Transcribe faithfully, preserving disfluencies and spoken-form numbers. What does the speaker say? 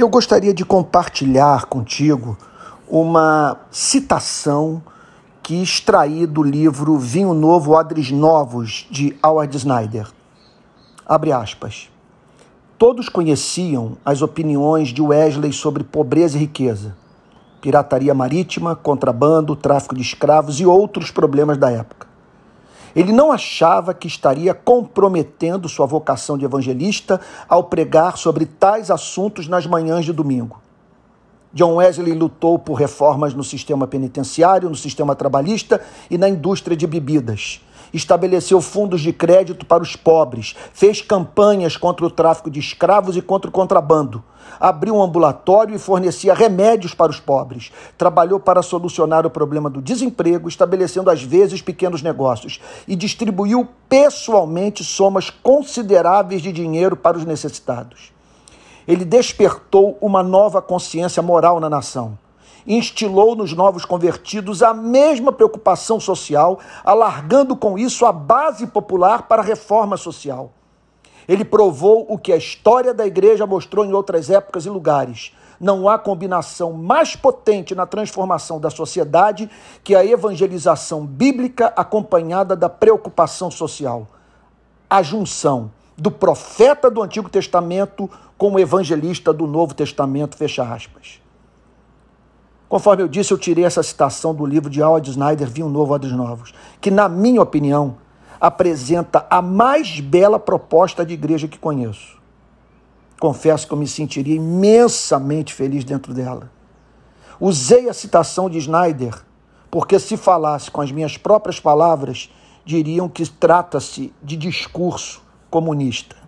Eu gostaria de compartilhar contigo uma citação que extraí do livro Vinho Novo, Odres Novos, de Howard Snyder. Abre aspas. Todos conheciam as opiniões de Wesley sobre pobreza e riqueza, pirataria marítima, contrabando, tráfico de escravos e outros problemas da época. Ele não achava que estaria comprometendo sua vocação de evangelista ao pregar sobre tais assuntos nas manhãs de domingo. John Wesley lutou por reformas no sistema penitenciário, no sistema trabalhista e na indústria de bebidas. Estabeleceu fundos de crédito para os pobres, fez campanhas contra o tráfico de escravos e contra o contrabando, abriu um ambulatório e fornecia remédios para os pobres, trabalhou para solucionar o problema do desemprego, estabelecendo às vezes pequenos negócios e distribuiu pessoalmente somas consideráveis de dinheiro para os necessitados. Ele despertou uma nova consciência moral na nação. Instilou nos novos convertidos a mesma preocupação social, alargando com isso a base popular para a reforma social. Ele provou o que a história da igreja mostrou em outras épocas e lugares. Não há combinação mais potente na transformação da sociedade que a evangelização bíblica acompanhada da preocupação social. A junção do profeta do Antigo Testamento com o evangelista do Novo Testamento, fecha aspas. Conforme eu disse, eu tirei essa citação do livro de Howard Snyder, Vinho Novo, Odres Novos, que, na minha opinião, apresenta a mais bela proposta de igreja que conheço. Confesso que eu me sentiria imensamente feliz dentro dela. Usei a citação de Snyder, porque se falasse com as minhas próprias palavras, diriam que trata-se de discurso comunista.